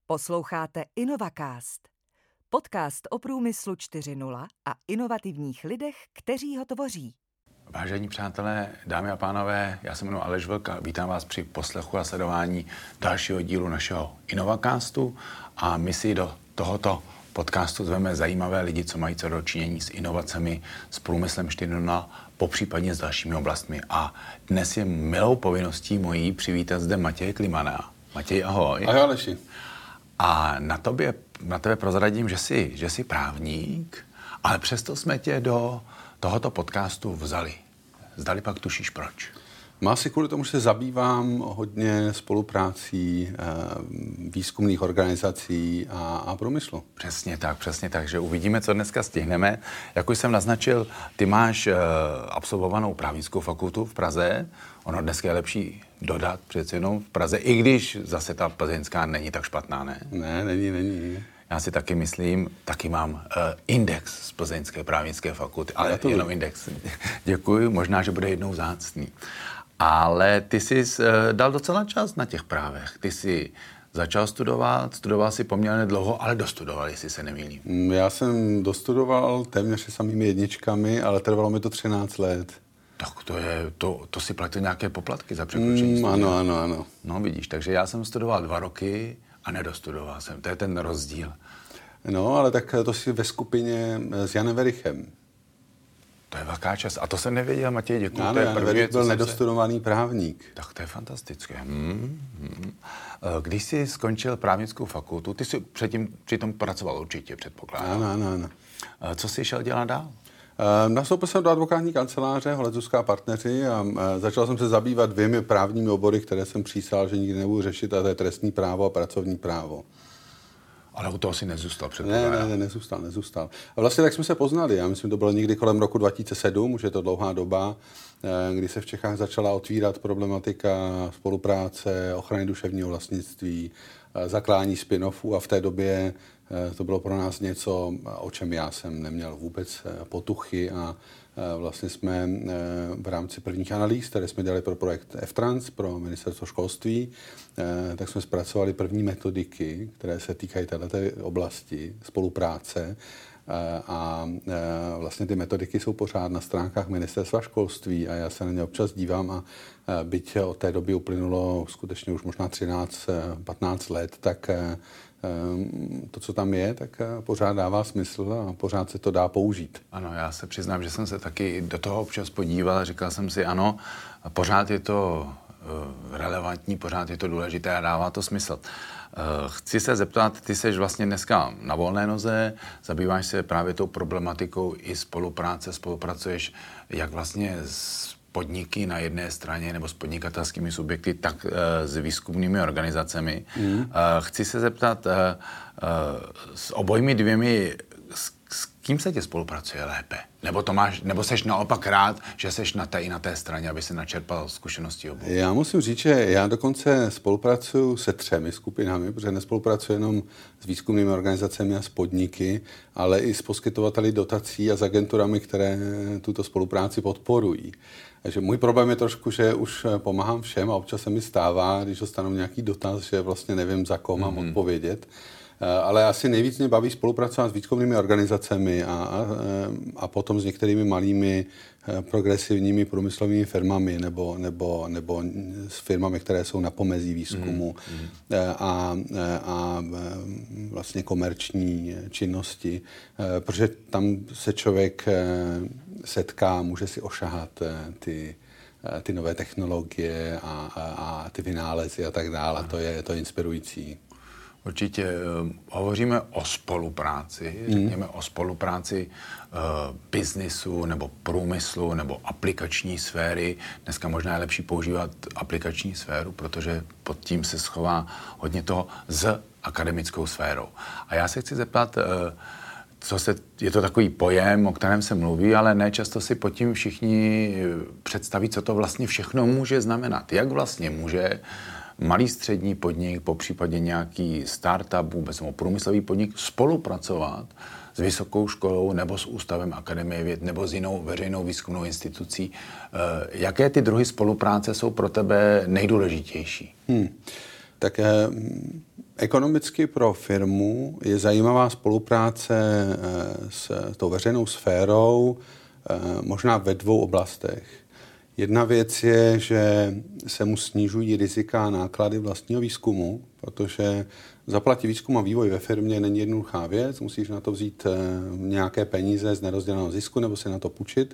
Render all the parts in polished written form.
Posloucháte InnovaCast, podcast o průmyslu 4.0 a inovativních lidech, kteří ho tvoří. Vážení přátelé, dámy a pánové, já se jmenuji Aleš Vlk a vítám vás při poslechu a sledování dalšího dílu našeho InnovaCastu a my si do tohoto podcastu zveme zajímavé lidi, co mají co dočinění s inovacemi, s průmyslem 4.0, popřípadně s dalšími oblastmi. A dnes je milou povinností mojí přivítat zde Matěje Klimana. Matěj, ahoj. Ahoj, Aleši. A na tebe prozradím, že jsi právník, ale přesto jsme tě do tohoto podcastu vzali. Zdali pak tušíš proč? Asi kvůli tomu, že se zabývám hodně spoluprácí výzkumných organizací a průmyslu. Přesně tak, že uvidíme, co dneska stihneme. Jak už jsem naznačil, ty máš absolvovanou právnickou fakultu v Praze. Ono dneska je lepší dodat přece jenom v Praze, i když zase ta plzeňská není tak špatná, ne? Ne, není. Já si taky myslím, taky mám index z plzeňské právnické fakulty, ale to jenom index. Děkuji, možná, že bude jednou vzácný. Ale ty jsi dal docela čas na těch právech. Ty jsi začal studoval si poměrně dlouho, ale dostudoval, jestli se nemýlím. Já jsem dostudoval téměř samými jedničkami, ale trvalo mi to 13 let. Tak to si platil nějaké poplatky za překročení studia. Ano. No vidíš, takže já jsem studoval 2 roky a nedostudoval jsem. To je ten rozdíl. No, ale tak to si ve skupině s Janem Verichem. To je velká čest. A to jsem nevěděl, Matěj, děkuji. Ano, Jan Verich byl nedostudovaný právník. Tak to je fantastické. Když jsi skončil právnickou fakultu, ty jsi přitom pracoval určitě, předpokládám. Ano. Co jsi šel dělat dál? Nastoupil jsem do advokátní kanceláře Holec partneři a začal jsem se zabývat 2 právními obory, které jsem přísal, že nikdy nebudu řešit, a to je trestní právo a pracovní právo. Ale u toho si nezůstal, předpokládám. Ne, nezůstal. A vlastně tak jsme se poznali. Já myslím, to bylo někdy kolem roku 2007, už je to dlouhá doba, kdy se v Čechách začala otvírat problematika spolupráce, ochrany duševního vlastnictví, zakládání spin-offů a v té době to bylo pro nás něco, o čem já jsem neměl vůbec potuchy a vlastně jsme v rámci prvních analýz, které jsme dělali pro projekt F-Trans, pro ministerstvo školství, tak jsme zpracovali první metodiky, které se týkají této oblasti spolupráce a vlastně ty metodiky jsou pořád na stránkách ministerstva školství a já se na ně občas dívám a byť od té doby uplynulo skutečně už možná 13-15 let, tak to, co tam je, tak pořád dává smysl a pořád se to dá použít. Ano, já se přiznám, že jsem se taky do toho občas podíval a říkal jsem si, ano, pořád je to relevantní, pořád je to důležité a dává to smysl. Chci se zeptat, ty jsi vlastně dneska na volné noze, zabýváš se právě tou problematikou i spolupracuješ jak vlastně s podniky na jedné straně nebo s podnikatelskými subjekty, tak s výzkumnými organizacemi. Chci se zeptat, s obojmi 2, s kým se tě spolupracuje lépe? Nebo seš naopak rád, že seš na té straně, aby se načerpal zkušenosti obou? Já musím říct, že já dokonce spolupracuju se 3 skupinami, protože nespolupracuji jenom s výzkumnými organizacemi a s podniky, ale i s poskytovateli dotací a s agenturami, které tuto spolupráci podporují. Takže můj problém je trošku, že už pomáhám všem a občas se mi stává, když dostanu nějaký dotaz, že vlastně nevím, za koho mám odpovědět. Ale asi nejvíc mě baví spolupracovat s výzkumnými organizacemi a potom s některými malými progresivními průmyslovými firmami nebo s firmami, které jsou na pomezí výzkumu a vlastně komerční činnosti, protože tam se člověk setká, může si ošahat ty nové technologie a ty vynálezy a tak dále. To je inspirující. Určitě hovoříme o spolupráci, řekněme o spolupráci biznisu nebo průmyslu nebo aplikační sféry. Dneska možná je lepší používat aplikační sféru, protože pod tím se schová hodně toho s akademickou sférou. A já se chci zeptat, je to takový pojem, o kterém se mluví, ale ne často si pod tím všichni představí, co to vlastně všechno může znamenat. Jak vlastně může malý střední podnik, popřípadě nějaký startup, vůbec nebo průmyslový podnik spolupracovat s vysokou školou nebo s ústavem Akademie věd nebo s jinou veřejnou výzkumnou institucí. Jaké ty druhy spolupráce jsou pro tebe nejdůležitější? Tak Ekonomicky pro firmu je zajímavá spolupráce s tou veřejnou sférou možná ve dvou oblastech. Jedna věc je, že se mu snižují rizika a náklady vlastního výzkumu, protože zaplatit výzkum a vývoj ve firmě není jednoduchá věc, musíš na to vzít nějaké peníze z nerozděleného zisku nebo si na to půjčit.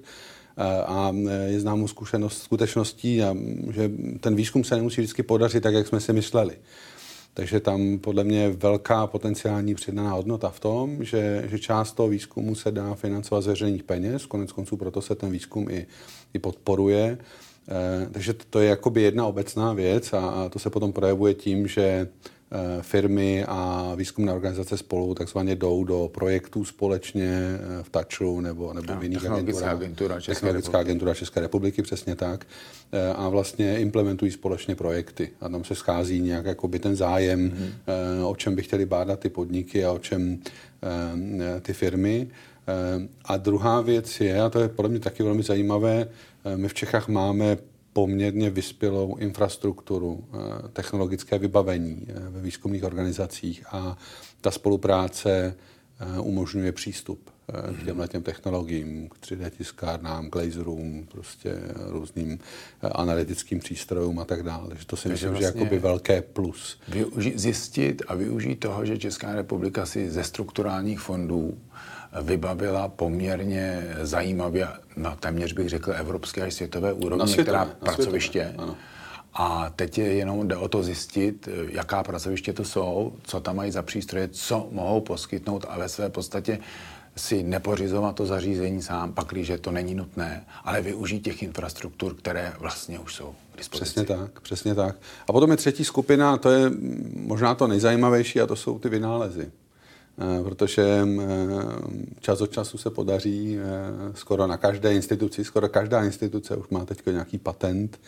A je známou skutečností, že ten výzkum se nemusí vždycky podařit tak, jak jsme si mysleli. Takže tam podle mě je velká potenciální přidaná hodnota v tom, že část toho výzkumu se dá financovat z veřejných peněz, konec konců proto se ten výzkum i podporuje. Takže to je jakoby jedna obecná věc a to se potom projevuje tím, že firmy a výzkumné organizace spolu takzvaně jdou do projektů společně v TAČRu nebo v jiných agenturách. Technologická agentura České republiky, přesně tak. A vlastně implementují společně projekty. A tam se schází nějak jakoby ten zájem, o čem by chtěli bádat ty podniky a o čem ty firmy. A druhá věc je, a to je podle mě taky velmi zajímavé, my v Čechách máme poměrně vyspělou infrastrukturu, technologické vybavení ve výzkumných organizacích a ta spolupráce umožňuje přístup k těm technologiím, k 3D tiskárnám, k laserům, prostě různým analytickým přístrojům a tak dále. Takže to si myslím, vlastně že je jakoby velké plus. Zjistit a využít toho, že Česká republika si ze strukturálních fondů vybavila poměrně zajímavě, téměř bych řekl, evropské až světové úrovně, která pracoviště. A teď jenom jde o to zjistit, jaká pracoviště to jsou, co tam mají za přístroje, co mohou poskytnout a ve své podstatě si nepořizovat to zařízení sám, pakliže to není nutné, ale využít těch infrastruktur, které vlastně už jsou k dispozici. Přesně tak. A potom je třetí skupina, to je možná to nejzajímavější a to jsou ty vynálezy. Protože čas od času se podaří skoro na každé instituci, skoro každá instituce už má teď nějaký patent,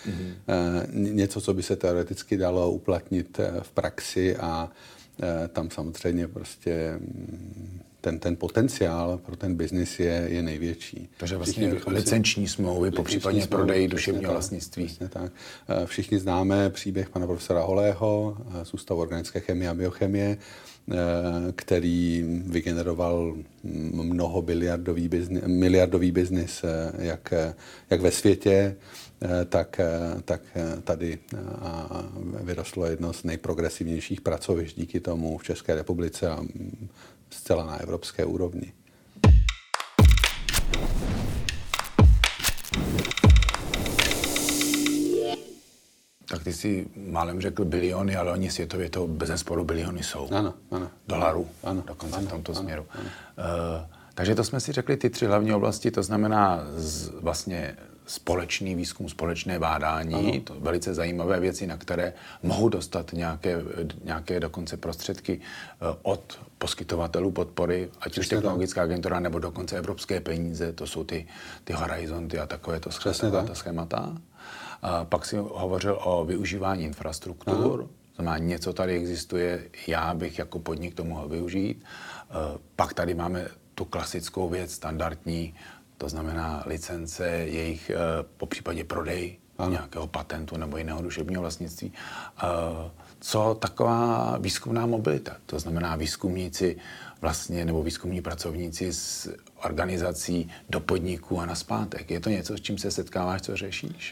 něco, co by se teoreticky dalo uplatnit v praxi a tam samozřejmě prostě ten potenciál pro ten biznis je největší. Takže vlastně licenční smlouvy, popřípadně prodej duševního vlastnictví. Přesně tak. Všichni známe příběh pana profesora Holého z Ústavu organické chemie a biochemie, který vygeneroval mnoho miliardový biznis, jak ve světě, tak tady vyrostlo jedno z nejprogresivnějších pracovišť díky tomu v České republice a zcela na evropské úrovni. Tak ty jsi málem řekl biliony, ale oni světově to bezesporu biliony jsou. Ano. Dolarů, dokonce v tomto směru. Takže to jsme si řekli ty tři hlavní oblasti, to znamená vlastně společný výzkum, společné bádání, to velice zajímavé věci, na které mohou dostat nějaké dokonce prostředky od poskytovatelů podpory, ať už technologická agentura, nebo dokonce evropské peníze, to jsou ty horizonty a takovéto schémata. Pak si hovořil o využívání infrastruktur, znamená něco tady existuje, já bych jako podnik to mohl využít. Pak tady máme tu klasickou věc, standardní, to znamená licence, jejich popřípadě prodej nějakého patentu nebo jiného duševního vlastnictví. Co taková výzkumná mobilita? To znamená výzkumníci vlastně, nebo výzkumní pracovníci z organizací do podniků a nazpátek. Je to něco, s čím se setkáváš, co řešíš?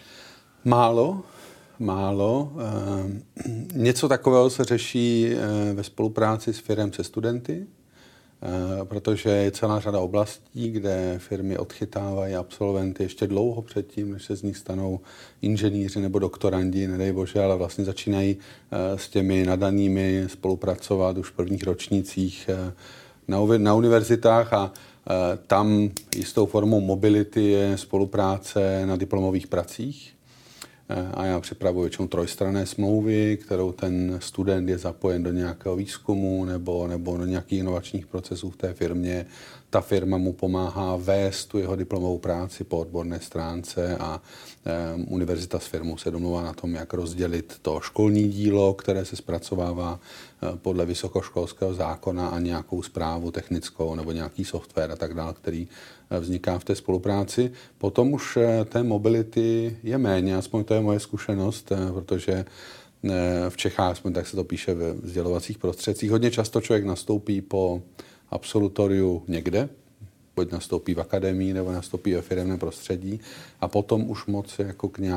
Málo. Něco takového se řeší ve spolupráci s firmem se studenty, protože je celá řada oblastí, kde firmy odchytávají absolventy ještě dlouho předtím, než se z nich stanou inženýři nebo doktorandi, nedej bože, ale vlastně začínají s těmi nadanými spolupracovat už v prvních ročnících na univerzitách a tam jistou formou mobility je spolupráce na diplomových pracích. A já připravuji většinou trojstranné smlouvy, kterou ten student je zapojen do nějakého výzkumu nebo do nějakých inovačních procesů v té firmě. Ta firma mu pomáhá vést tu jeho diplomovou práci po odborné stránce a univerzita s firmou se domluvá na tom, jak rozdělit to školní dílo, které se zpracovává podle vysokoškolského zákona a nějakou správu technickou nebo nějaký software a tak dále, který vzniká v té spolupráci. Potom už té mobility je méně, aspoň to je moje zkušenost, protože v Čechách, aspoň tak se to píše ve sdělovacích prostředcích. Hodně často člověk nastoupí po absolutoriu někde, buď nastoupí v akademii, nebo nastoupí ve firemném prostředí a potom už moc jako k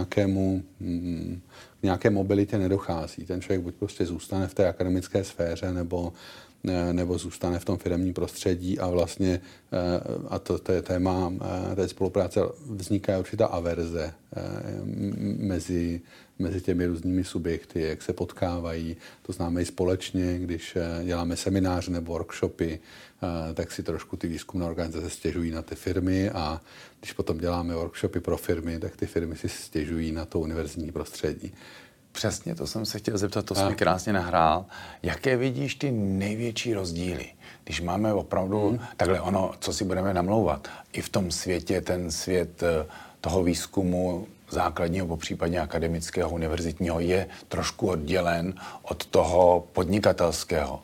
nějaké mobilitě nedochází. Ten člověk buď prostě zůstane v té akademické sféře, nebo zůstane v tom firemním prostředí a vlastně, a to je téma té spolupráce, vzniká určitá averze mezi těmi různými subjekty, jak se potkávají. To známe i společně, když děláme semináře nebo workshopy, tak si trošku ty výzkumné organizace stěžují na ty firmy a když potom děláme workshopy pro firmy, tak ty firmy si stěžují na to univerzitní prostředí. Přesně, to jsem se chtěl zeptat, to jsi mi krásně nahrál. Jaké vidíš ty největší rozdíly, když máme opravdu takhle ono, co si budeme namlouvat, i v tom světě, ten svět toho výzkumu základního, popřípadně akademického, univerzitního, je trošku oddělen od toho podnikatelského.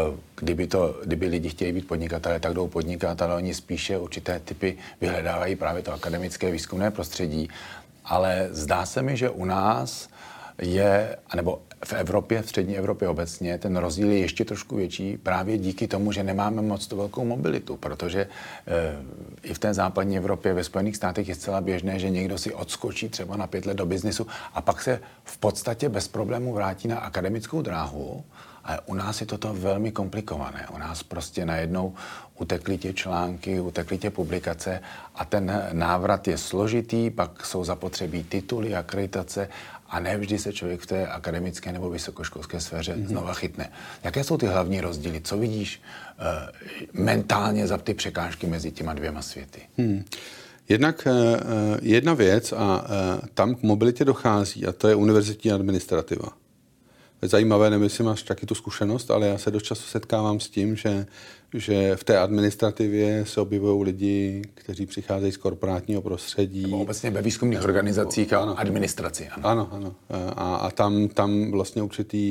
Kdyby lidi chtěli být podnikatelé, tak jdou podnikat, ale oni spíše určité typy vyhledávají právě to akademické výzkumné prostředí. Ale zdá se mi, že u nás je, nebo v Evropě, v střední Evropě obecně, ten rozdíl je ještě trošku větší právě díky tomu, že nemáme moc tu velkou mobilitu, protože i v té západní Evropě, ve Spojených státech je zcela běžné, že někdo si odskočí třeba na 5 let do biznisu a pak se v podstatě bez problému vrátí na akademickou dráhu, ale u nás je toto velmi komplikované. U nás prostě najednou utekly tě články, utekly tě publikace a ten návrat je složitý, pak jsou zapotřebí tituly, akreditace a ne vždy se člověk v té akademické nebo vysokoškolské sféře znova chytne. Jaké jsou ty hlavní rozdíly? Co vidíš mentálně za ty překážky mezi těma dvěma světy? Jednak jedna věc a tam k mobilitě dochází a to je univerzitní administrativa. Je zajímavé, nevím, jestli máš taky tu zkušenost, ale já se dost často setkávám s tím, že v té administrativě se objevují lidi, kteří přicházejí z korporátního prostředí. Nebo obecně ve výzkumných organizacích a administraci. Ano. A tam vlastně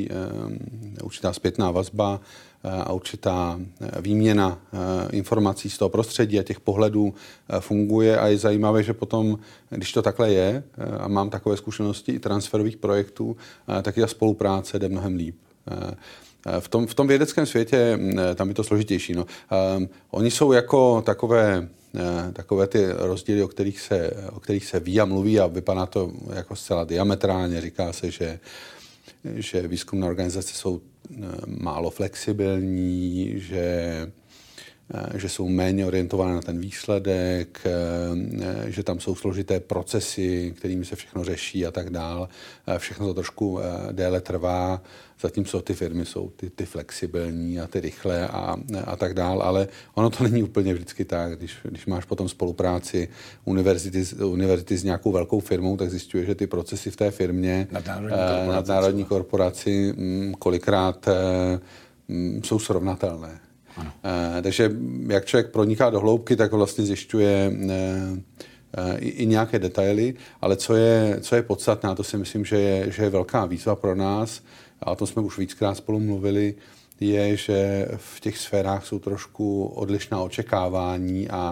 určitá zpětná vazba a určitá výměna informací z toho prostředí a těch pohledů funguje a je zajímavé, že potom, když to takhle je a mám takové zkušenosti i transferových projektů, tak i ta spolupráce jde mnohem líp. V tom vědeckém světě tam je to složitější. No. Oni jsou jako takové ty rozdíly, o kterých se ví a mluví a vypadá to jako zcela diametrálně. Říká se, že výzkumné organizace jsou málo flexibilní, že jsou méně orientované na ten výsledek, že tam jsou složité procesy, kterými se všechno řeší a tak dál. Všechno to trošku déle trvá, zatímco ty firmy jsou ty flexibilní a ty rychlé a tak dál, ale ono to není úplně vždycky tak. Když máš potom spolupráci univerzity s nějakou velkou firmou, tak zjišťuješ, že ty procesy v té firmě, nadnárodní korporaci kolikrát jsou srovnatelné. Takže jak člověk proniká do hloubky, tak vlastně zjišťuje i nějaké detaily, ale co je podstatné, a to si myslím, že je velká výzva pro nás, a o tom jsme už víckrát spolu mluvili, je, že v těch sférách jsou trošku odlišná očekávání a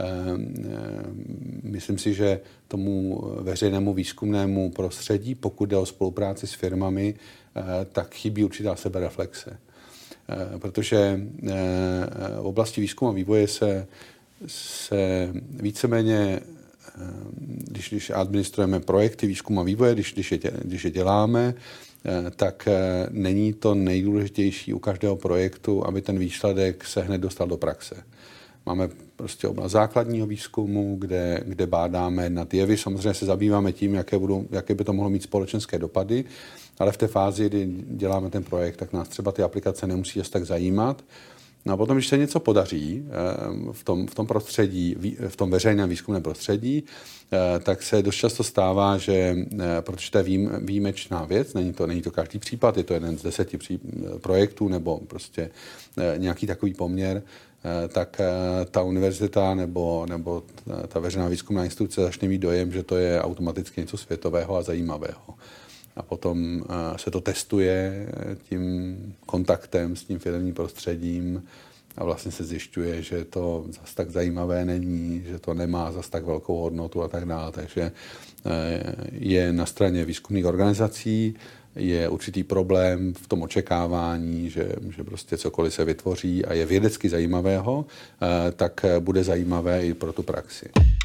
myslím si, že tomu veřejnému výzkumnému prostředí, pokud jde o spolupráci s firmami, tak chybí určitá sebereflexe. Protože v oblasti výzkumu a vývoje se víceméně, když administrujeme projekty výzkumu a vývoje, když je děláme, tak není to nejdůležitější u každého projektu, aby ten výsledek se hned dostal do praxe. Máme prostě oblast základního výzkumu, kde bádáme nad jevy. Samozřejmě se zabýváme tím, jaké by to mohlo mít společenské dopady, ale v té fázi, kdy děláme ten projekt, tak nás třeba ty aplikace nemusí až tak zajímat. No a potom, když se něco podaří v tom prostředí, v tom veřejném výzkumném prostředí, tak se dost často stává, že protože to je výjimečná věc, není to každý případ, je to jeden z 10 projektů nebo prostě nějaký takový poměr, tak ta univerzita nebo ta veřejná výzkumná instituce začne mít dojem, že to je automaticky něco světového a zajímavého. A potom se to testuje tím kontaktem s tím firemním prostředím a vlastně se zjišťuje, že to zas tak zajímavé není, že to nemá zas tak velkou hodnotu a tak dále. Takže je na straně výzkumných organizací je určitý problém v tom očekávání, že prostě cokoliv se vytvoří a je vědecky zajímavého, tak bude zajímavé i pro tu praxi.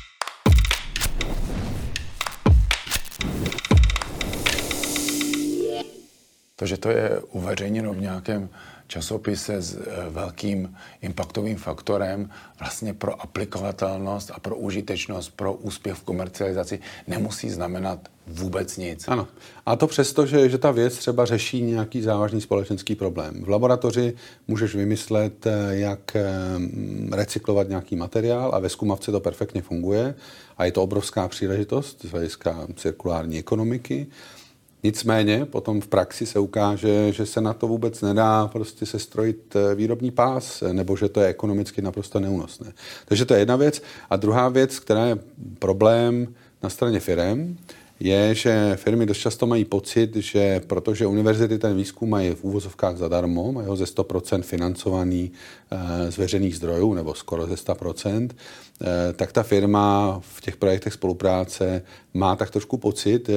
To, že to je uveřejněno v nějakém časopise s velkým impaktovým faktorem, vlastně pro aplikovatelnost a pro užitečnost, pro úspěch v komercializaci nemusí znamenat vůbec nic. Ano. A to přesto, že ta věc třeba řeší nějaký závažný společenský problém. V laboratoři můžeš vymyslet, jak recyklovat nějaký materiál a ve zkumavce to perfektně funguje a je to obrovská příležitost z hlediska cirkulární ekonomiky. Nicméně potom v praxi se ukáže, že se na to vůbec nedá prostě sestrojit výrobní pás, nebo že to je ekonomicky naprosto neúnosné. Takže to je jedna věc. A druhá věc, která je problém na straně firem, je, že firmy dost často mají pocit, že protože univerzity ten výzkum mají v úvozovkách zadarmo, mají ho ze 100% financovaný z veřejných zdrojů, nebo skoro ze 100%, tak ta firma v těch projektech spolupráce má tak trošku pocit,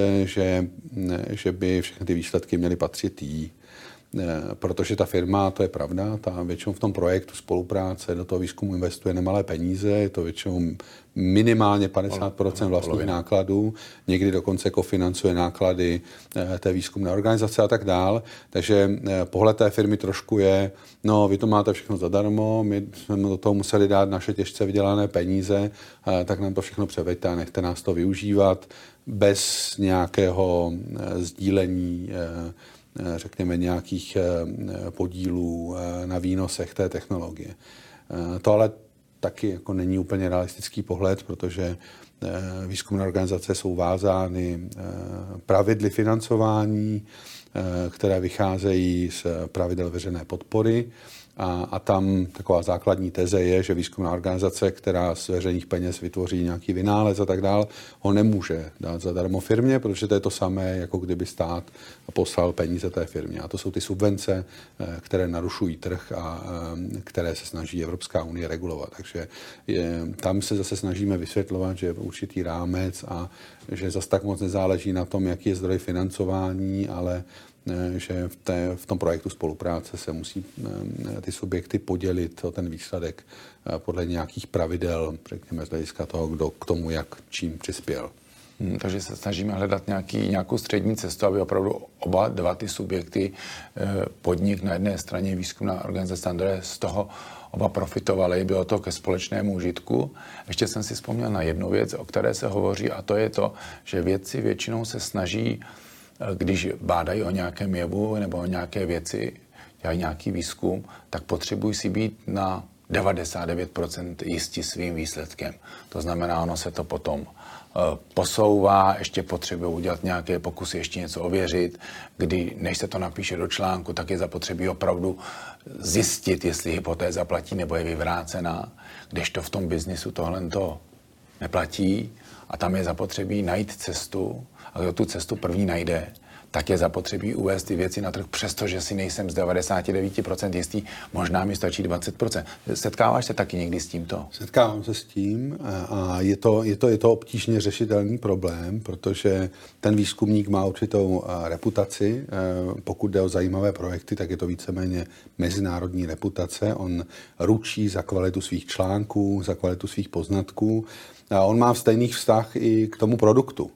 že by všechny ty výsledky měly patřit jí. Protože ta firma, to je pravda, ta většinou v tom projektu spolupráce do toho výzkumu investuje nemalé peníze, je to většinou minimálně 50% vlastních nákladů, někdy dokonce kofinancuje náklady té výzkumné organizace a tak dál. Takže pohled té firmy trošku je, no vy to máte všechno zadarmo, my jsme do toho museli dát naše těžce vydělané peníze, tak nám to všechno převeďte a nechte nás to využívat bez nějakého sdílení řekněme nějakých podílů na výnosech té technologie. To ale taky jako není úplně realistický pohled, protože výzkumné organizace jsou vázány pravidly financování, které vycházejí z pravidel veřejné podpory. A tam taková základní teze je, že výzkumná organizace, která z veřejných peněz vytvoří nějaký vynález a tak dál, ho nemůže dát zadarmo firmě, protože to je to samé, jako kdyby stát poslal peníze té firmě. A to jsou ty subvence, které narušují trh a které se snaží Evropská unie regulovat. Takže tam se zase snažíme vysvětlovat, že je určitý rámec a že zase tak moc nezáleží na tom, jaký je zdroj financování, ale že v tom projektu spolupráce se musí ty subjekty podělit o ten výsledek podle nějakých pravidel, řekněme z hlediska toho, kdo k tomu jak čím přispěl. Takže se snažíme hledat nějakou střední cestu, aby opravdu oba dva ty subjekty, podnik na jedné straně, výzkumná organizace, na druhé, z toho oba profitovali, bylo to ke společnému užitku. Ještě jsem si vzpomněl na jednu věc, o které se hovoří, a to je to, že vědci většinou se snaží, když bádají o nějakém jevu nebo o nějaké věci, dělají nějaký výzkum, tak potřebují si být na 99% jistí svým výsledkem. To znamená, ono se to potom posouvá, ještě potřebují udělat nějaké pokusy, ještě něco ověřit, kdy než se to napíše do článku, tak je zapotřebí opravdu zjistit, jestli hypotéza platí nebo je vyvrácená, kdežto v tom biznisu tohle to neplatí a tam je zapotřebí najít cestu a kdo tu cestu první najde, tak je zapotřebí uvést ty věci na trh, přestože si nejsem z 99% jistý, možná mi stačí 20%. Setkáváš se taky někdy s tímto? Setkávám se s tím a je to obtížně řešitelný problém, protože ten výzkumník má určitou reputaci. Pokud jde o zajímavé projekty, tak je to víceméně mezinárodní reputace. On ručí za kvalitu svých článků, za kvalitu svých poznatků a on má stejný vztah i k tomu produktu.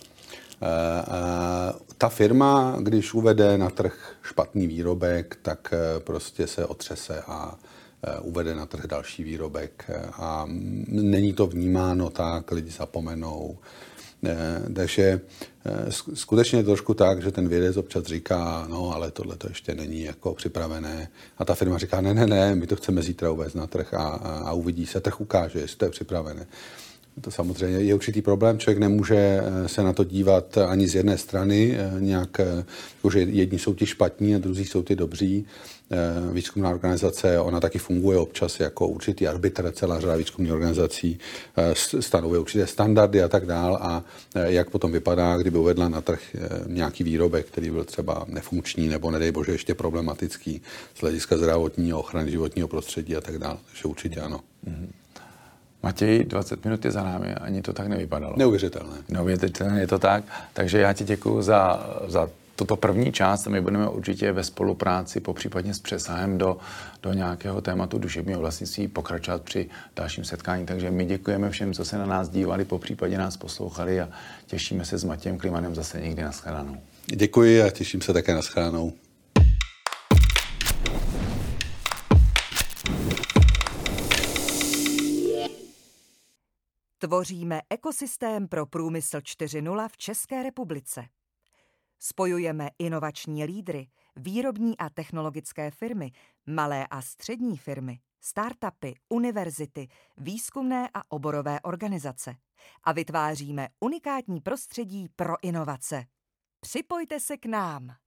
Ta firma, když uvede na trh špatný výrobek, tak prostě se otřese a uvede na trh další výrobek a není to vnímáno tak, lidi zapomenou. Takže skutečně je trošku tak, že ten vědec občas říká, no ale tohle to ještě není jako připravené. A ta firma říká, ne, my to chceme zítra uvést na trh a uvidí se, trh ukáže, jestli to je připravené. To samozřejmě je určitý problém, člověk nemůže se na to dívat ani z jedné strany, nějak, že jedni jsou ti špatní a druzí jsou ty dobří. Výzkumná organizace, ona taky funguje občas jako určitý arbitr, celá řada výzkumných organizací stanovuje určité standardy a tak dál a jak potom vypadá, kdyby uvedla na trh nějaký výrobek, který byl třeba nefunkční nebo nedej bože ještě problematický z hlediska zdravotního, ochrany životního prostředí a tak dál. Takže určitě ano. Mm-hmm. Matěj, 20 minut je za námi, ani to tak nevypadalo. Neuvěřitelné. Neuvěřitelné je to tak, takže já ti děkuju za Toto první část, my budeme určitě ve spolupráci, popřípadně s přesahem do nějakého tématu duševního vlastnictví pokračovat při dalším setkání. Takže my děkujeme všem, co se na nás dívali, popřípadě nás poslouchali a těšíme se s Matějem Klimanem zase někdy na shledanou. Děkuji a těším se také na shledanou. Tvoříme ekosystém pro průmysl 4.0 v České republice. Spojujeme inovační lídry, výrobní a technologické firmy, malé a střední firmy, startupy, univerzity, výzkumné a oborové organizace a vytváříme unikátní prostředí pro inovace. Připojte se k nám!